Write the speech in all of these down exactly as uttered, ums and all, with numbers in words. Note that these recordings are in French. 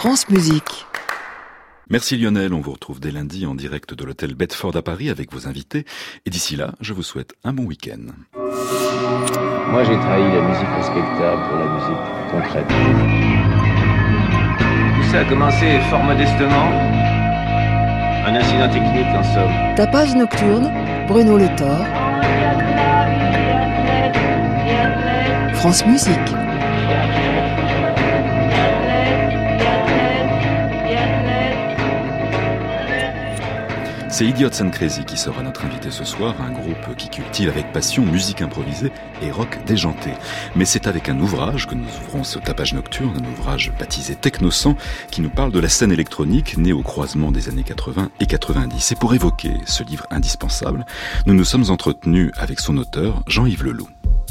France Musique. Merci Lionel, on vous retrouve dès lundi en direct de l'hôtel Bedford à Paris avec vos invités. Et d'ici là, je vous souhaite un bon week-end. Moi j'ai trahi la musique respectable pour la musique concrète. Tout ça a commencé fort modestement. Un incident technique en somme. Tapage nocturne, Bruno Le Thor. France Musique. C'est Idiots and Crazy qui sera notre invité ce soir, un groupe qui cultive avec passion musique improvisée et rock déjanté. Mais c'est avec un ouvrage que nous ouvrons ce tapage nocturne, un ouvrage baptisé Techno cent, qui nous parle de la scène électronique née au croisement des années quatre-vingts et quatre-vingt-dix. Et pour évoquer ce livre indispensable, nous nous sommes entretenus avec son auteur, Jean-Yves Leloup.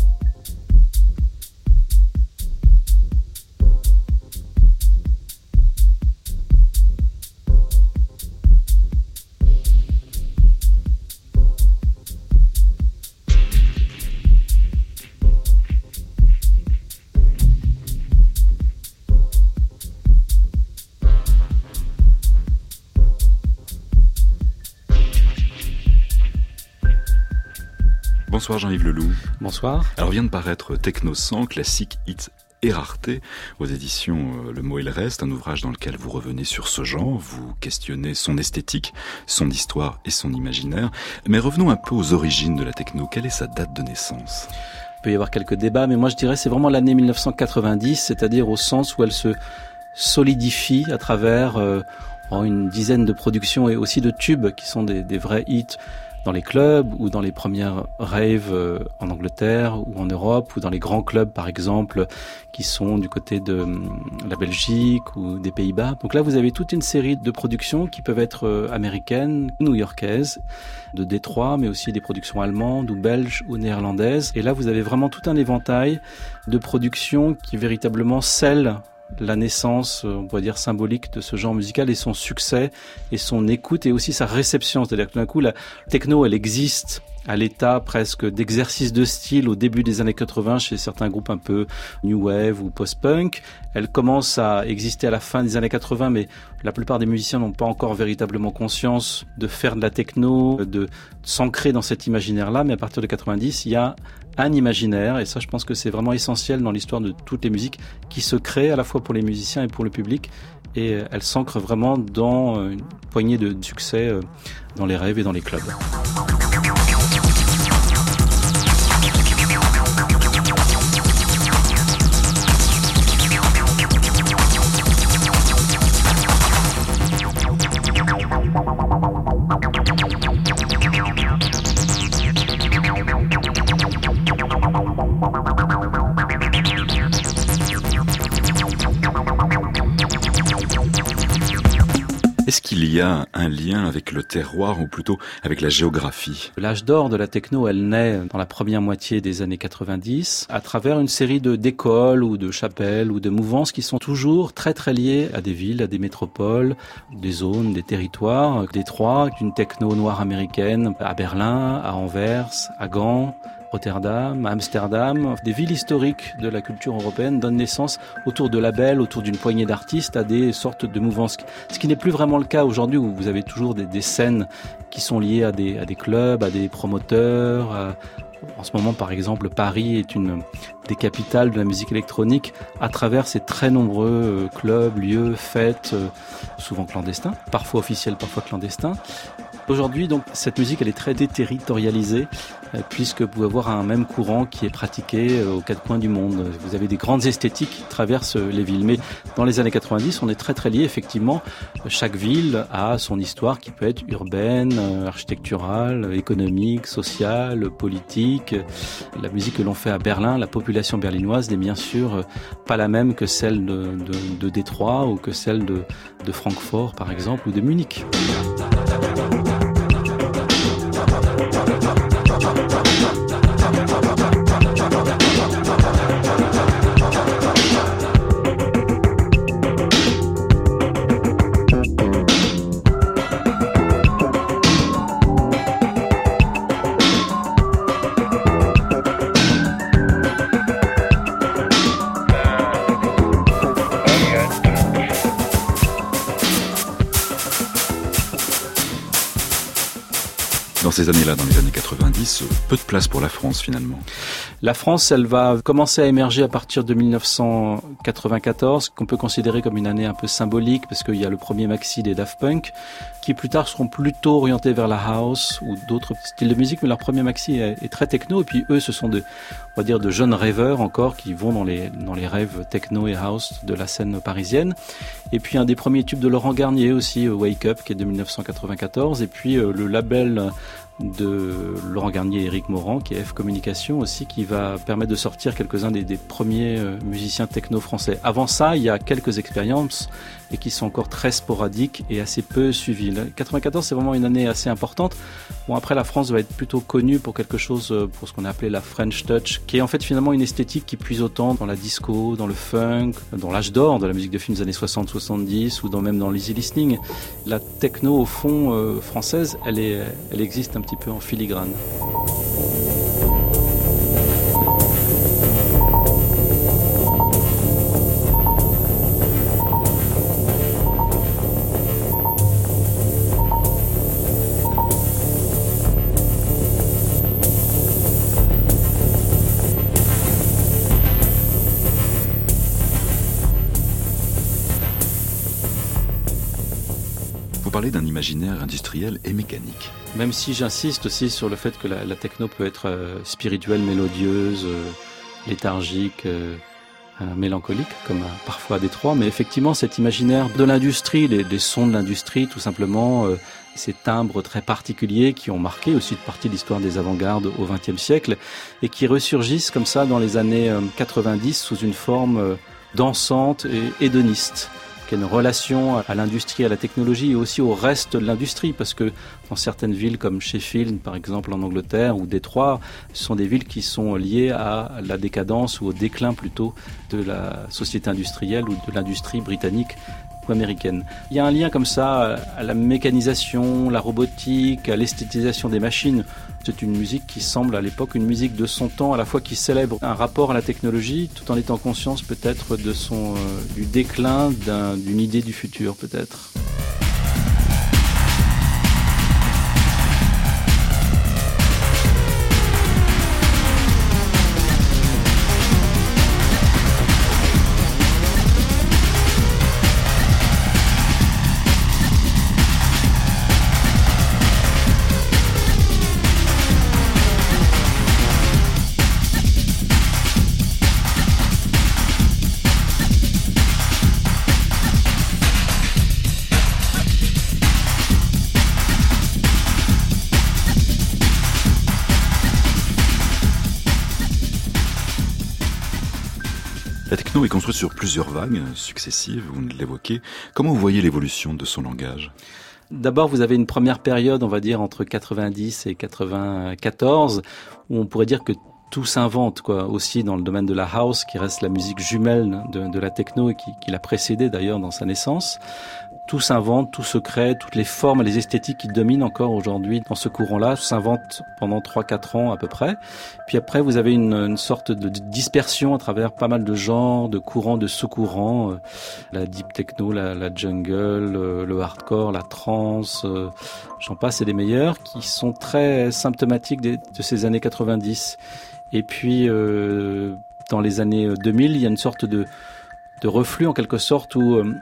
Bonsoir Jean-Yves Leloup. Bonsoir. Alors vient de paraître Techno cent, classique, hits et rareté, aux éditions euh, Le Mot et le Reste, un ouvrage dans lequel vous revenez sur ce genre, vous questionnez son esthétique, son histoire et son imaginaire. Mais revenons un peu aux origines de la techno. Quelle est sa date de naissance ? Il peut y avoir quelques débats, mais moi je dirais c'est vraiment l'année dix-neuf cent quatre-vingt-dix, c'est-à-dire au sens où elle se solidifie à travers euh, une dizaine de productions et aussi de tubes qui sont des, des vrais hits dans les clubs ou dans les premières raves euh, en Angleterre ou en Europe ou dans les grands clubs par exemple qui sont du côté de euh, la Belgique ou des Pays-Bas. Donc là vous avez toute une série de productions qui peuvent être euh, américaines, new-yorkaises, de Détroit, mais aussi des productions allemandes ou belges ou néerlandaises. Et là vous avez vraiment tout un éventail de productions qui véritablement scellent la naissance, on pourrait dire symbolique de ce genre musical et son succès et son écoute et aussi sa réception. C'est-à-dire que tout d'un coup, la techno, elle existe à l'état presque d'exercice de style au début des années quatre-vingts chez certains groupes un peu new wave ou post-punk. Elle commence à exister à la fin des années quatre-vingts, mais la plupart des musiciens n'ont pas encore véritablement conscience de faire de la techno, de s'ancrer dans cet imaginaire-là. Mais à partir de quatre-vingt-dix, il y a un imaginaire, et ça je pense que c'est vraiment essentiel dans l'histoire de toutes les musiques qui se créent à la fois pour les musiciens et pour le public, et elle s'ancre vraiment dans une poignée de succès dans les rêves et dans les clubs. Est-ce qu'il y a un lien avec le terroir ou plutôt avec la géographie ? L'âge d'or de la techno, elle naît dans la première moitié des années quatre-vingt-dix à travers une série de d'écoles ou de chapelles ou de mouvances qui sont toujours très très liées à des villes, à des métropoles, des zones, des territoires. Détroit, une techno noire américaine à Berlin, à Anvers, à Gand, Rotterdam, Amsterdam, des villes historiques de la culture européenne donnent naissance autour de labels, autour d'une poignée d'artistes à des sortes de mouvances. Ce qui n'est plus vraiment le cas aujourd'hui où vous avez toujours des, des scènes qui sont liées à des, à des clubs, à des promoteurs. À... En ce moment, par exemple, Paris est une des capitales de la musique électronique à travers ces très nombreux clubs, lieux, fêtes, souvent clandestins, parfois officiels, parfois clandestins. Aujourd'hui, donc, cette musique, elle est très déterritorialisée, euh, puisque vous pouvez avoir un même courant qui est pratiqué euh, aux quatre coins du monde. Vous avez des grandes esthétiques qui traversent euh, les villes. Mais dans les années quatre-vingt-dix, on est très très lié, effectivement. Chaque ville a son histoire qui peut être urbaine, euh, architecturale, économique, sociale, politique. La musique que l'on fait à Berlin, la population berlinoise n'est bien sûr euh, pas la même que celle de, de, de Détroit ou que celle de, de Francfort, par exemple, ou de Munich. ces années-là, dans les années quatre-vingt-dix, peu de place pour la France finalement. La France, elle va commencer à émerger à partir de dix-neuf cent quatre-vingt-quatorze, qu'on peut considérer comme une année un peu symbolique, parce qu'il y a le premier maxi des Daft Punk, qui plus tard seront plutôt orientés vers la house ou d'autres styles de musique, mais leur premier maxi est, est très techno, et puis eux, ce sont de, on va dire, de jeunes rêveurs encore, qui vont dans les, dans les rêves techno et house de la scène parisienne. Et puis un des premiers tubes de Laurent Garnier aussi, Wake Up, qui est de dix-neuf cent quatre-vingt-quatorze, et puis euh, le label de Laurent Garnier et Éric Morand, qui est F Communication aussi, qui va permettre de sortir quelques-uns des, des premiers euh, musiciens techno français. Avant ça, il y a quelques expériences, et qui sont encore très sporadiques et assez peu suivies. quatre-vingt-quatorze, c'est vraiment une année assez importante. Bon, après, la France va être plutôt connue pour quelque chose, pour ce qu'on a appelé la French Touch, qui est en fait finalement une esthétique qui puise autant dans la disco, dans le funk, dans l'âge d'or de la musique de film des années soixante soixante-dix, ou dans, même dans l'easy listening. La techno, au fond, euh, française, elle, est, elle existe un petit peu en filigrane. Parler d'un imaginaire industriel et mécanique. Même si j'insiste aussi sur le fait que la, la techno peut être euh, spirituelle, mélodieuse, euh, léthargique, euh, euh, mélancolique, comme euh, parfois à Détroit, mais effectivement cet imaginaire de l'industrie, les, les sons de l'industrie tout simplement, euh, ces timbres très particuliers qui ont marqué aussi une partie de l'histoire des avant-gardes au vingtième siècle et qui ressurgissent comme ça dans les années euh, quatre-vingt-dix sous une forme euh, dansante et hédoniste. Une relation à l'industrie, à la technologie et aussi au reste de l'industrie, parce que dans certaines villes comme Sheffield, par exemple en Angleterre, ou Détroit, ce sont des villes qui sont liées à la décadence ou au déclin plutôt de la société industrielle ou de l'industrie britannique ou américaine. Il y a un lien comme ça à la mécanisation, la robotique, à l'esthétisation des machines. C'est une musique qui semble à l'époque une musique de son temps, à la fois qui célèbre un rapport à la technologie, tout en étant conscience peut-être de son, euh, du déclin d'un, d'une idée du futur peut-être. La techno est construite sur plusieurs vagues successives, vous l'évoquez. Comment vous voyez l'évolution de son langage ? D'abord, vous avez une première période, on va dire, entre quatre-vingt-dix et quatre-vingt-quatorze, où on pourrait dire que tout s'invente, quoi, aussi dans le domaine de la house, qui reste la musique jumelle de, de la techno et qui, qui l'a précédée d'ailleurs dans sa naissance. Tout s'invente, tout se crée, toutes les formes et les esthétiques qui dominent encore aujourd'hui dans ce courant-là s'inventent pendant trois quatre ans à peu près. Puis après, vous avez une, une sorte de dispersion à travers pas mal de genres, de courants, de sous-courants. Euh, la deep techno, la, la jungle, euh, le hardcore, la trance, euh, j'en passe, et des meilleurs, qui sont très symptomatiques des, de ces années quatre-vingt-dix. Et puis, euh, dans les années deux mille, il y a une sorte de de reflux en quelque sorte où euh,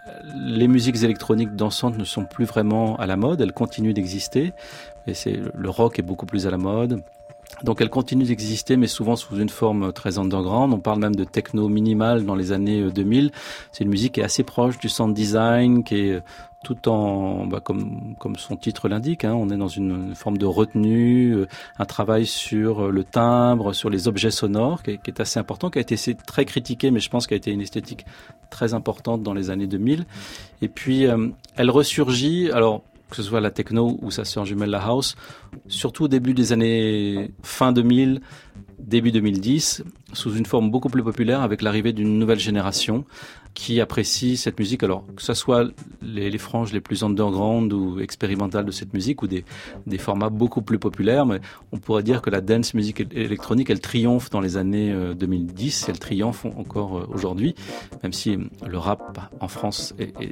les musiques électroniques dansantes ne sont plus vraiment à la mode, elles continuent d'exister, et c'est, le rock est beaucoup plus à la mode. Donc elles continuent d'exister, mais souvent sous une forme très underground. On parle même de techno minimal dans les années deux mille. C'est une musique qui est assez proche du sound design, qui est tout en, bah, comme, comme son titre l'indique, hein, on est dans une, une forme de retenue, un travail sur le timbre, sur les objets sonores, qui est, qui est assez important, qui a été très critiqué, mais je pense qu'il a été une esthétique très importante dans les années deux mille. Et puis, euh, elle ressurgit, alors, que ce soit la techno ou sa sœur jumelle la house, surtout au début des années fin deux mille, début deux mille dix, sous une forme beaucoup plus populaire avec l'arrivée d'une nouvelle génération qui apprécie cette musique. Alors que ce soit les, les franges les plus underground ou expérimentales de cette musique ou des, des formats beaucoup plus populaires, mais on pourrait dire que la dance musique électronique, elle triomphe dans les années deux mille dix, elle triomphe encore aujourd'hui, même si le rap en France est, est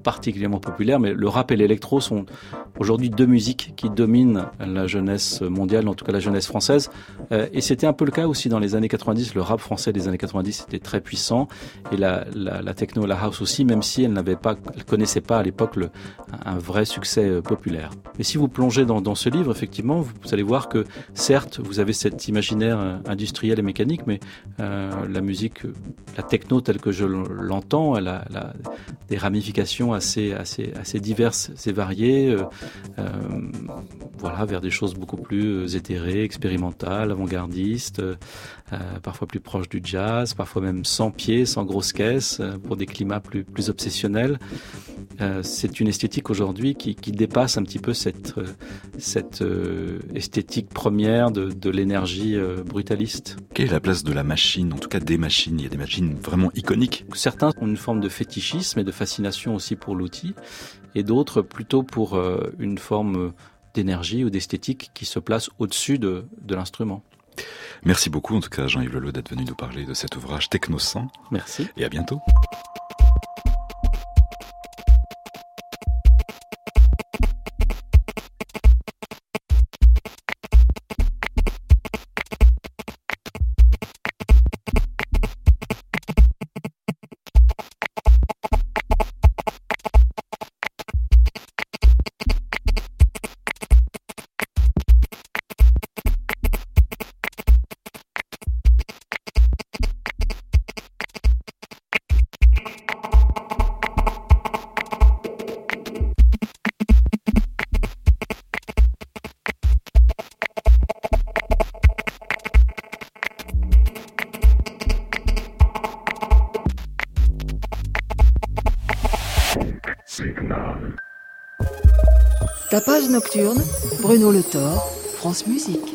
particulièrement populaires, mais le rap et l'électro sont aujourd'hui deux musiques qui dominent la jeunesse mondiale, en tout cas la jeunesse française. Euh, et c'était un peu le cas aussi dans les années quatre-vingt-dix. Le rap français des années quatre-vingt-dix était très puissant, et la, la, la techno, la house aussi, même si elle n'avait pas, elle connaissait pas à l'époque le, un vrai succès populaire. Mais si vous plongez dans, dans ce livre, effectivement, vous, vous allez voir que certes, vous avez cet imaginaire industriel et mécanique, mais euh, la musique, la techno telle que je l'entends, elle a, elle a des ramifications assez, assez, assez diverses et variées, euh, euh, voilà, vers des choses beaucoup plus éthérées, expérimentales, avant-gardistes, euh, parfois plus proches du jazz, parfois même sans pied, sans grosse caisse, euh, pour des climats plus, plus obsessionnels. Euh, c'est une esthétique aujourd'hui qui, qui dépasse un petit peu cette, euh, cette euh, esthétique première de, de l'énergie euh, brutaliste. Quelle est la place de la machine, en tout cas des machines? Il y a des machines vraiment iconiques. Certains ont une forme de fétichisme et de fascination aussi pour l'outil, et d'autres plutôt pour euh, une forme d'énergie ou d'esthétique qui se place au-dessus de, de l'instrument. Merci beaucoup en tout cas Jean-Yves Leleux d'être venu nous parler de cet ouvrage Techno-cent. Merci. Et à bientôt. Tapage nocturne, Bruno Le Thor, France Musique.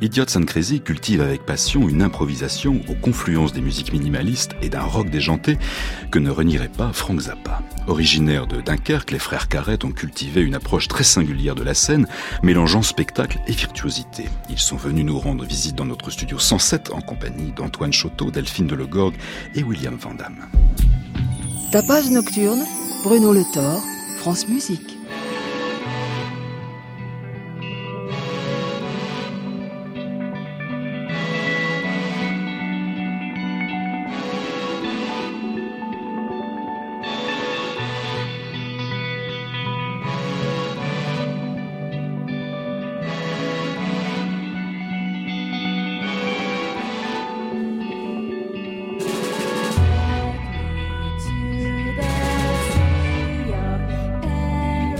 Idiots and Crazy cultive avec passion une improvisation aux confluences des musiques minimalistes et d'un rock déjanté que ne renierait pas Frank Zappa. Originaires de Dunkerque, les frères Carrette ont cultivé une approche très singulière de la scène, mélangeant spectacle et virtuosité. Ils sont venus nous rendre visite dans notre studio cent sept en compagnie d'Antoine Chotteau, Delphine Delegorgue et William Van Damme. Tapage nocturne, Bruno Le Thor, France Musique. To the sea of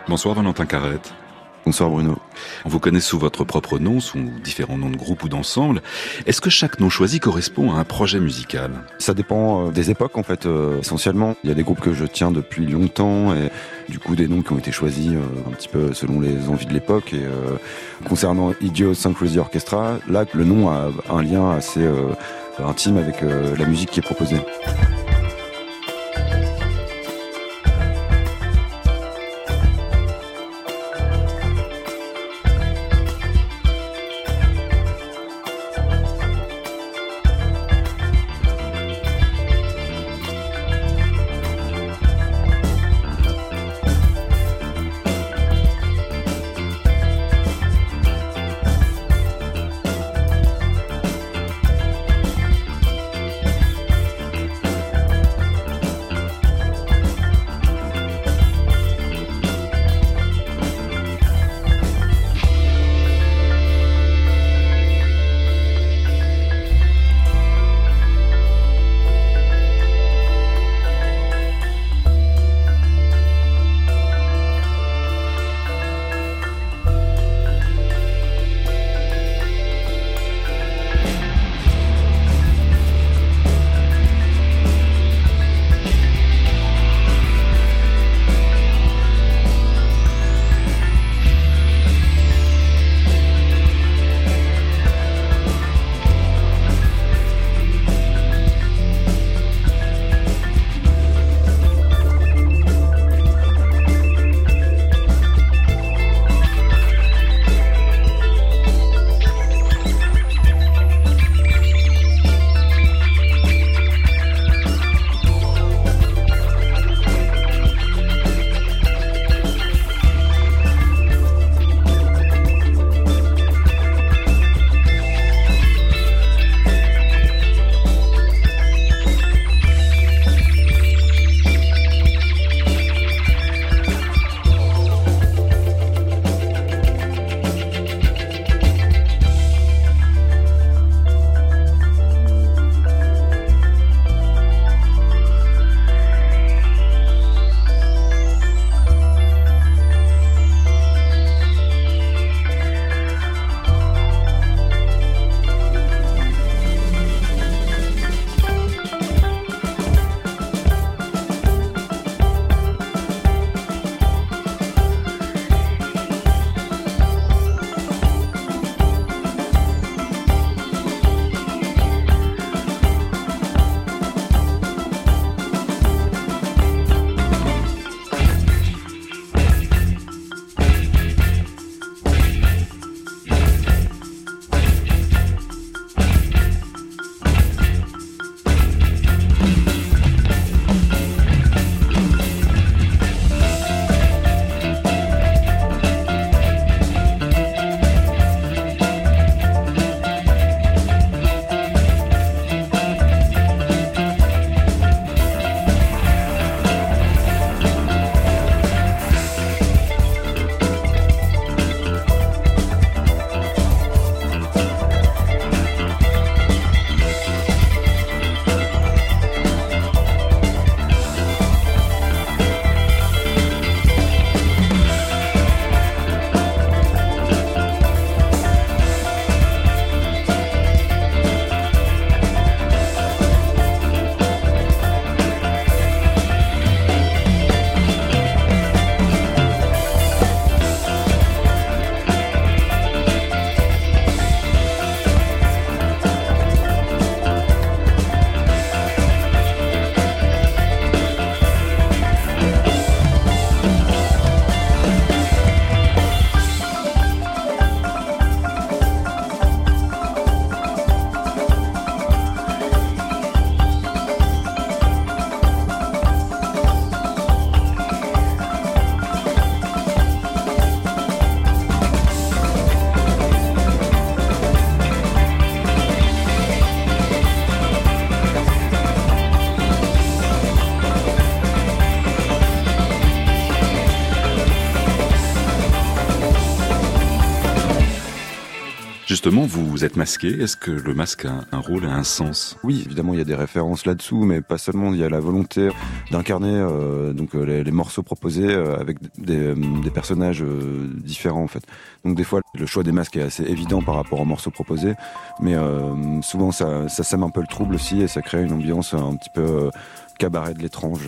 Bonsoir Valentin Carrette. Bonsoir Bruno. On vous connaît sous votre propre nom, sous différents noms de groupes ou d'ensemble. Est-ce que chaque nom choisi correspond à un projet musical ? Ça dépend des époques en fait, euh, essentiellement. Il y a des groupes que je tiens depuis longtemps et du coup des noms qui ont été choisis euh, un petit peu selon les envies de l'époque. Et euh, concernant Idiosyncrasy Orchestra, là le nom a un lien assez euh, intime avec euh, la musique qui est proposée. Justement, vous êtes masqué. Est-ce que le masque a un rôle, a un sens ? Oui, évidemment, il y a des références là-dessous, mais pas seulement. Il y a la volonté d'incarner euh, donc euh, les, les morceaux proposés euh, avec des, des personnages euh, différents, en fait. Donc des fois, le choix des masques est assez évident par rapport aux morceaux proposés, mais euh, souvent ça, ça sème un peu le trouble aussi et ça crée une ambiance un petit peu euh, cabaret de l'étrange.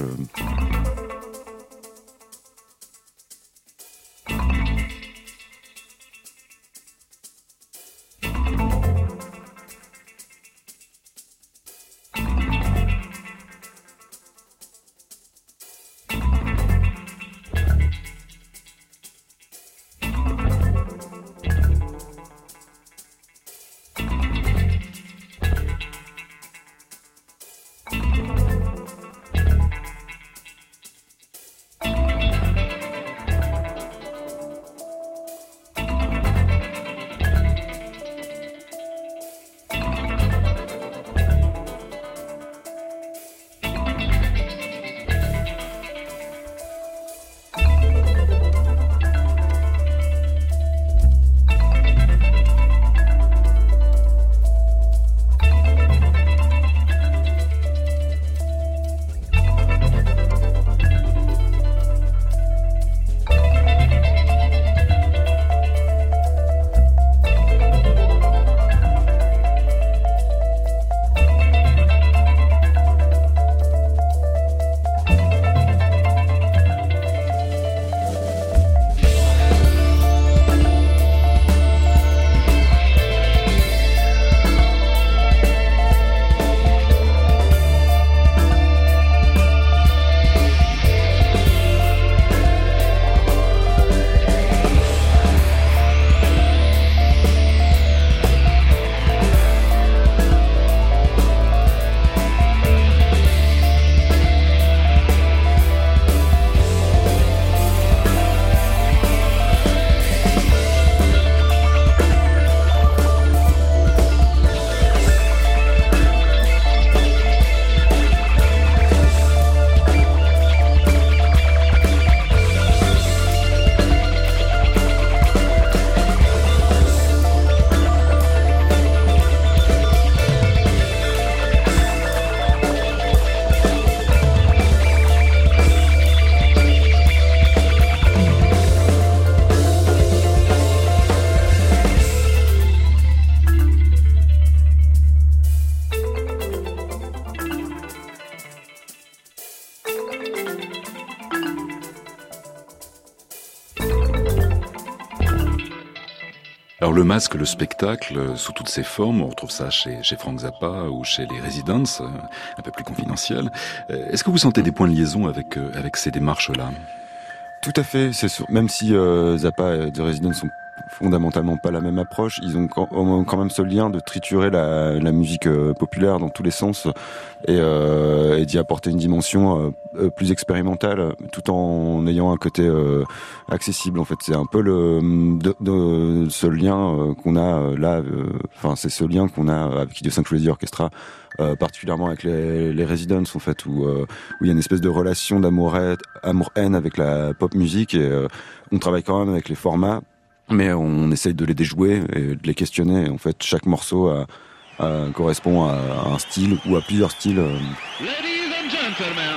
Alors le masque, le spectacle, sous toutes ses formes, on retrouve ça chez, chez Frank Zappa ou chez les Residents, un peu plus confidentiels. Est-ce que vous sentez des points de liaison avec, avec ces démarches-là ? Tout à fait, c'est sûr. Même si euh, Zappa et The Residents sont fondamentalement pas la même approche, ils ont quand même ce lien de triturer la, la musique euh, populaire dans tous les sens et, euh, et d'y apporter une dimension euh, plus expérimentale, tout en ayant un côté euh, accessible. En fait, c'est un peu le de, de, ce lien euh, qu'on a euh, là. Enfin, euh, c'est ce lien qu'on a avec Idiosyncrasy Orchestra. Euh, particulièrement avec les, les Residents en fait, où euh, où il y a une espèce de relation d'amour-haine avec la pop musique et euh, on travaille quand même avec les formats, mais on essaye de les déjouer et de les questionner. Et en fait, chaque morceau a, a, correspond à, à un style ou à plusieurs styles. Ladies and gentlemen,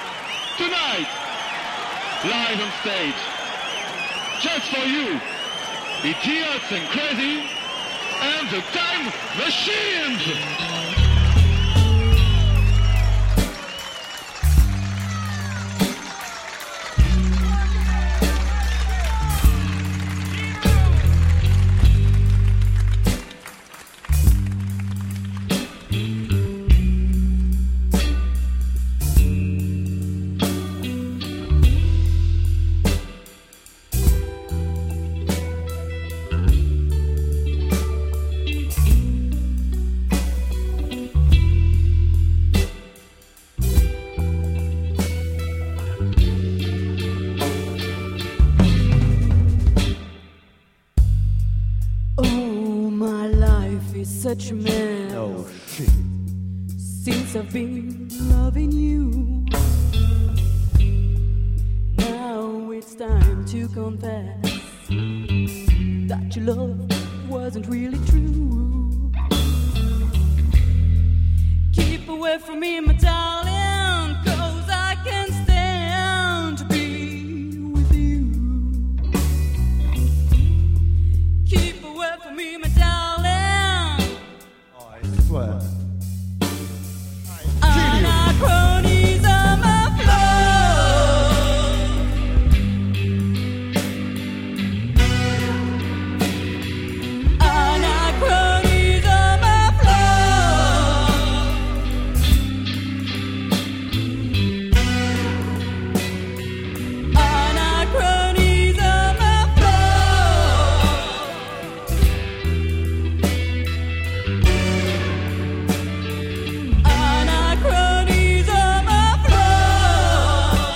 tonight, live on stage, just for you, Idiots and Crazy and the Time Machines. Such a man. Oh shit. Since I've been loving you, now it's time to confess that your love wasn't really true. Keep away from me, my darling, 'cause I can't stand to be with you. Keep away from me, my darling. Oh, I swear. Anachronies on my floor. Anachronies on my floor. Anachronies on my floor. Anachronies on my floor.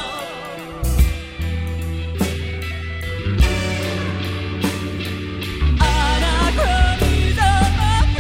Anachronies on my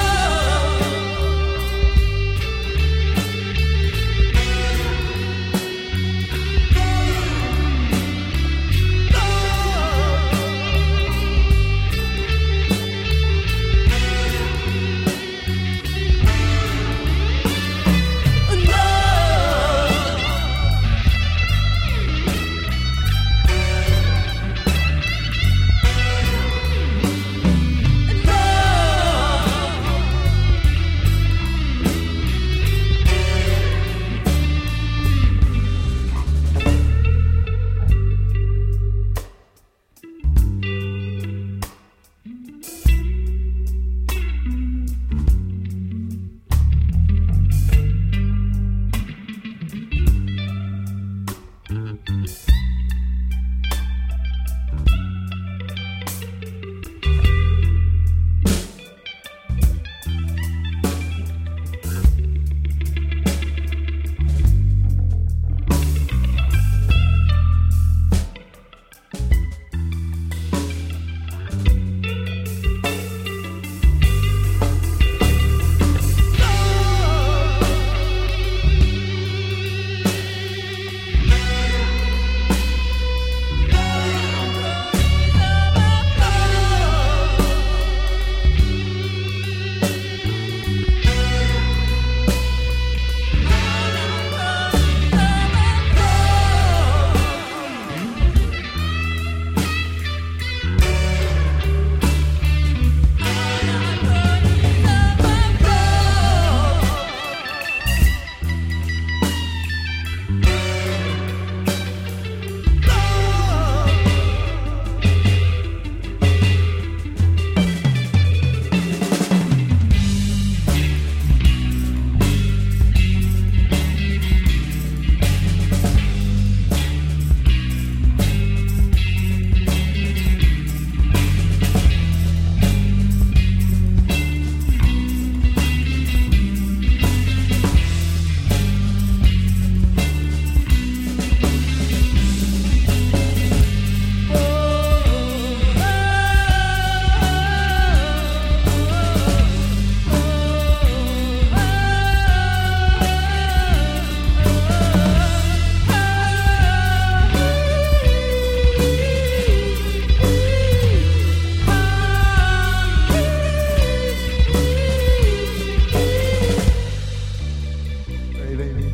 Hey baby,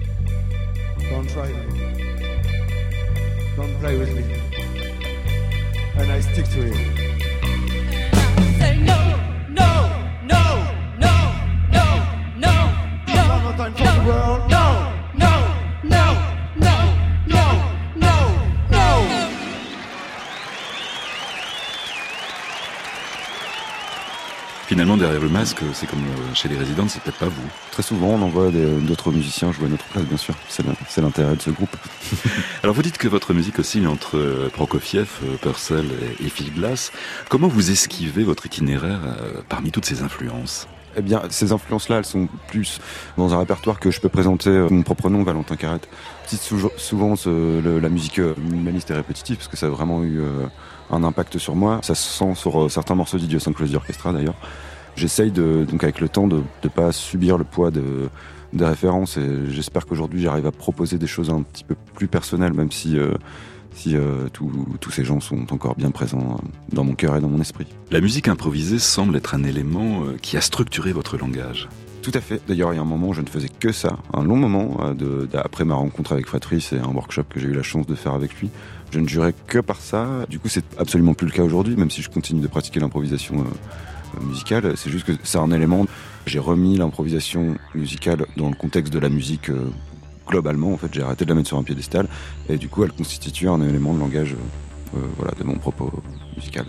don't try me. Don't play with me. And I stick to it. Say no, no, no, no, no, no, no. One more time for the world. No, no, no, no, no, no, no. Finalement, derrière le masque, c'est comme chez les résidents, c'est peut-être pas vous. Très souvent, on envoie des- d'autres musiciens jouer à notre place, bien sûr. C'est le- c'est l'intérêt de ce groupe. Alors vous dites que votre musique oscille entre euh, Prokofiev, euh, Purcell et, et Phil Glass. Comment vous esquivez votre itinéraire euh, parmi toutes ces influences ? Eh bien, ces influences-là, elles sont plus dans un répertoire que je peux présenter euh, mon propre nom, Valentin Carrette. Cite sou- souvent ce- le- la musique euh, minimaliste et répétitive, parce que ça a vraiment eu euh, un impact sur moi. Ça se sent sur euh, certains morceaux d'Idiosyncrasie Orchestra, d'ailleurs. J'essaye de, donc avec le temps, de ne pas subir le poids de, des références, et j'espère qu'aujourd'hui, j'arrive à proposer des choses un petit peu plus personnelles, même si euh, si euh, tous ces gens sont encore bien présents dans mon cœur et dans mon esprit. La musique improvisée semble être un élément qui a structuré votre langage. Tout à fait. D'ailleurs, il y a un moment où je ne faisais que ça. Un long moment, de, de, après ma rencontre avec Fred Fries et un workshop que j'ai eu la chance de faire avec lui, je ne jurais que par ça. Du coup, c'est absolument plus le cas aujourd'hui, même si je continue de pratiquer l'improvisation euh, musicale. C'est juste que c'est un élément. J'ai remis l'improvisation musicale dans le contexte de la musique euh, globalement. En fait, j'ai arrêté de la mettre sur un piédestal. Et du coup, elle constitue un élément de langage euh, voilà, de mon propos musical.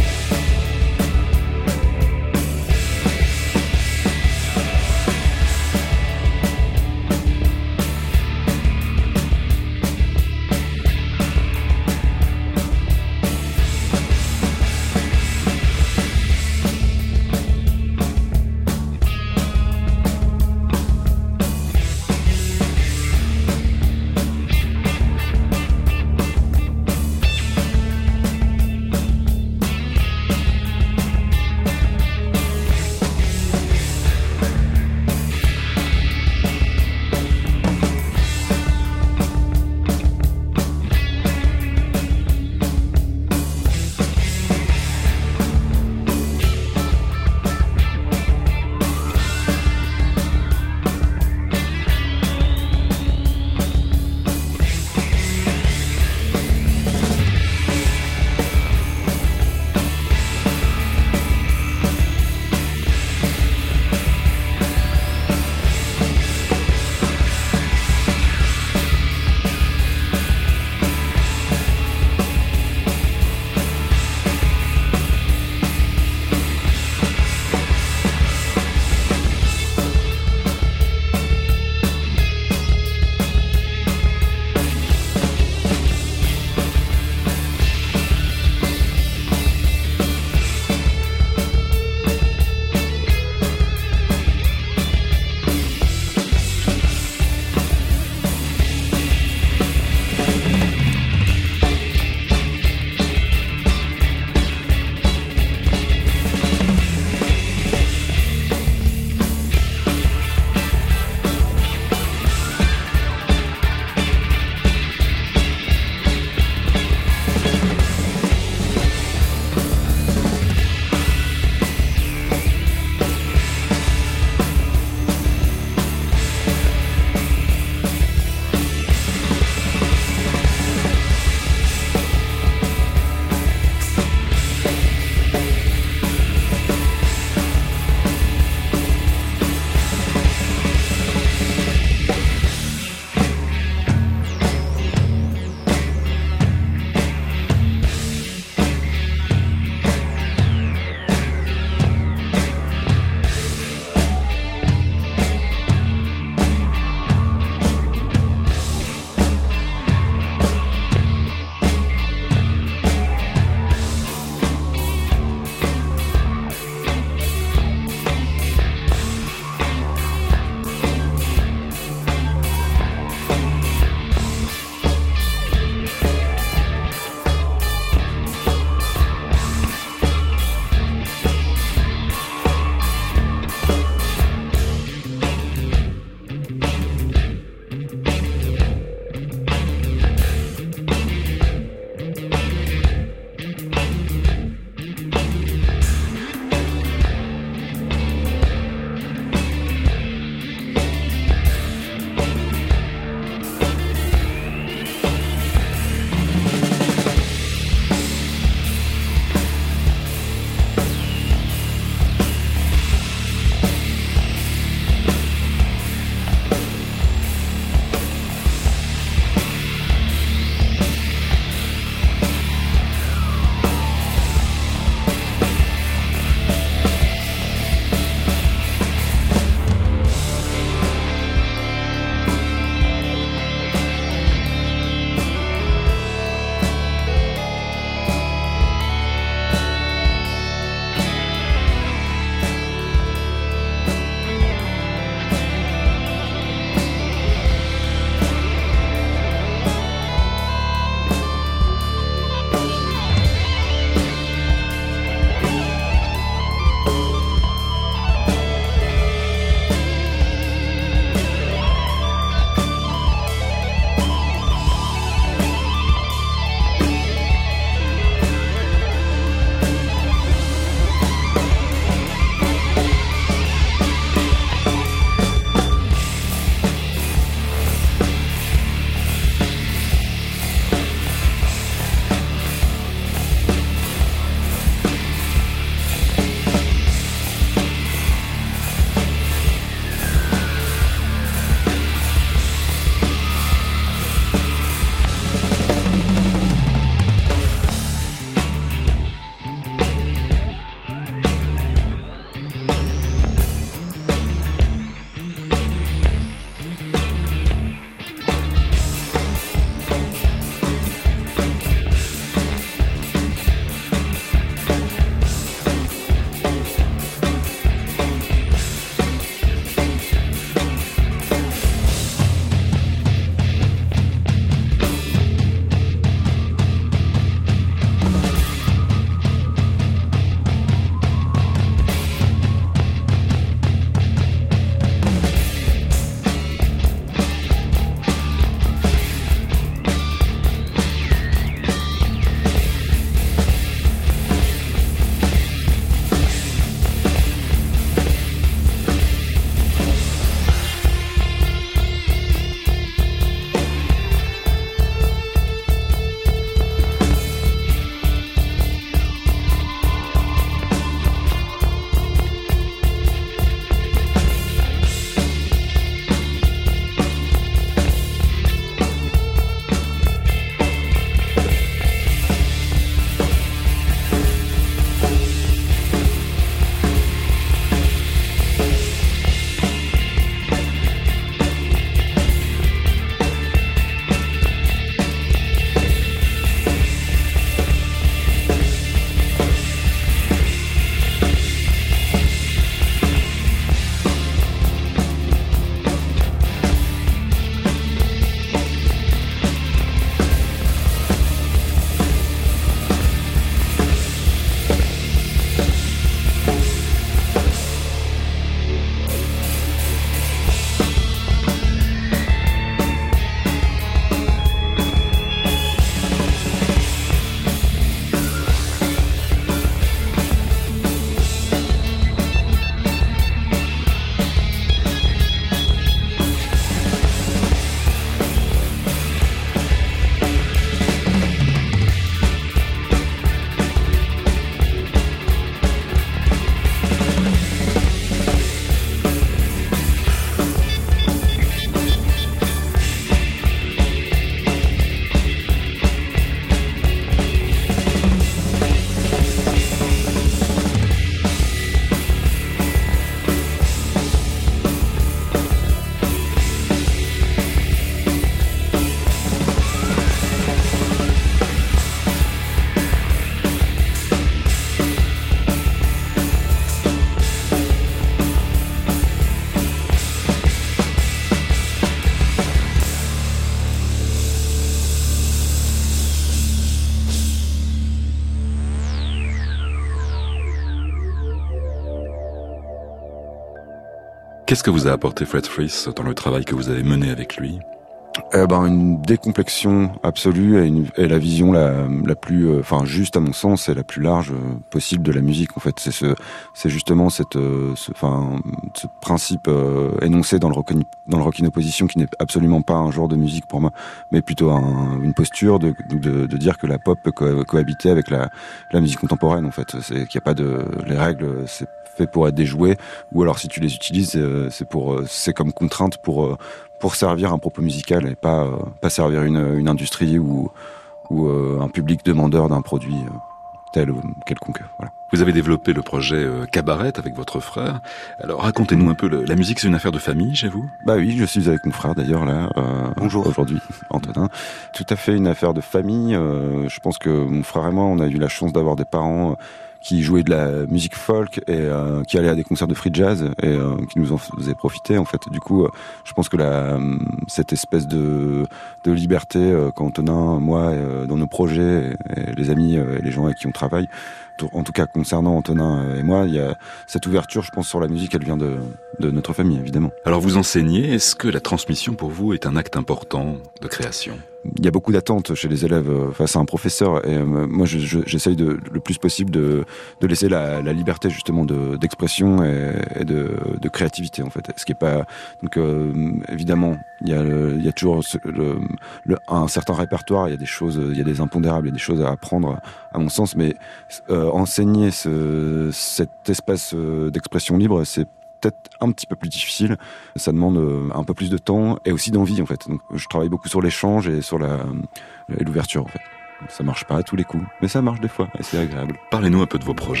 Qu'est-ce que vous a apporté Fred Frith dans le travail que vous avez mené avec lui ? Eh ben, une décomplexion absolue et, une, et la vision la, la plus, enfin, euh, juste à mon sens, et la plus large euh, possible de la musique. En fait, c'est ce, c'est justement cette, euh, ce, enfin, ce principe euh, énoncé dans le rock, dans le rock in opposition, qui n'est absolument pas un genre de musique pour moi, mais plutôt un, une posture de, de, de dire que la pop peut co- cohabiter avec la, la musique contemporaine. En fait, c'est qu'il n'y a pas de, les règles, c'est fait pour être déjoué, ou alors si tu les utilises, c'est pour, c'est comme contrainte pour pour servir un propos musical et pas pas servir une une industrie ou ou un public demandeur d'un produit tel ou quelconque. Voilà. Vous avez développé le projet Cabaret avec votre frère. Alors racontez-nous un peu, le, la musique c'est une affaire de famille chez vous ? Bah oui, je suis avec mon frère d'ailleurs là. Euh, Bonjour. Aujourd'hui, Antonin. Tout à fait une affaire de famille. Euh, je pense que mon frère et moi, on a eu la chance d'avoir des parents qui jouaient de la musique folk et euh, qui allaient à des concerts de free jazz et euh, qui nous en faisaient profiter en fait. Du coup, euh, je pense que la cette espèce de de liberté euh, qu'Antonin, moi, euh, dans nos projets et, et les amis euh, et les gens avec qui on travaille, en tout cas concernant Antonin et moi, il y a cette ouverture, je pense, sur la musique, elle vient de de notre famille évidemment. Alors vous enseignez, est-ce que la transmission pour vous est un acte important de création ? Il y a beaucoup d'attentes chez les élèves face à un professeur et euh, moi je, je, j'essaye de, le plus possible de, de laisser la, la liberté justement de, d'expression et, et de, de créativité en fait. Ce qui est pas donc euh, évidemment il y a le, il y a toujours le, le, un certain répertoire, il y a des choses, il y a des impondérables, il y a des choses à apprendre à mon sens, mais euh, enseigner ce, cet espace d'expression libre, c'est peut-être un petit peu plus difficile, ça demande un peu plus de temps et aussi d'envie en fait. Donc je travaille beaucoup sur l'échange et sur la et l'ouverture en fait. Ça marche pas à tous les coups, mais ça marche des fois et c'est agréable. Parlez-nous un peu de vos projets.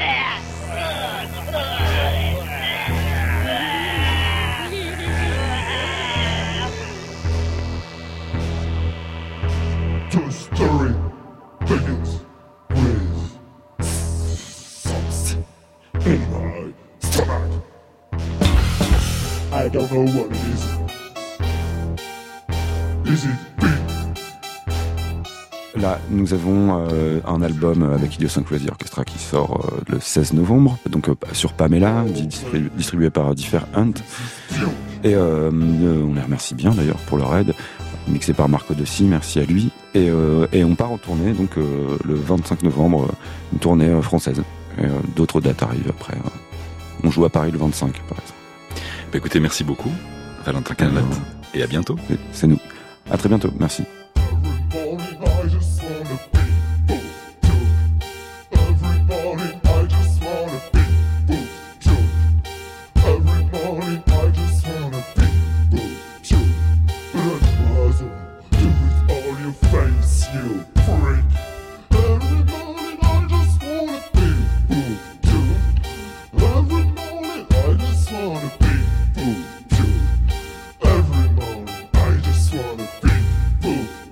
Two story begins with something in my stomach. I don't know what it is. Is it big? Là, nous avons euh, un album avec Idiosyncrasy Orchestra qui sort euh, le seize novembre, donc euh, sur Pamela, distribu- distribué par Different Hunt. Et euh, on les remercie bien d'ailleurs pour leur aide, mixé par Marco Dossi, merci à lui. Et, euh, et on part en tournée, donc euh, le vingt-cinq novembre, une tournée euh, française. Et euh, d'autres dates arrivent après. On joue à Paris le vingt-cinq, par exemple. Bah écoutez, merci beaucoup, Valentin Canlat, et à bientôt. Oui, c'est nous. À très bientôt, merci. Every morning I just wanna be boo.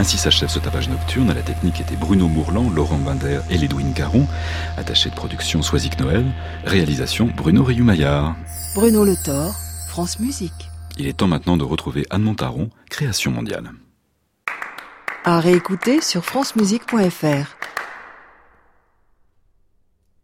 Ainsi s'achève ce tapage nocturne. À la technique étaient Bruno Mourlan, Laurent Binder et Lédouine Caron. Attaché de production Soisic Noël. Réalisation Bruno Rioux-Maillard. Bruno Le Thor, France Musique. Il est temps maintenant de retrouver Anne Montaron, Création mondiale. À réécouter sur francemusique point f r.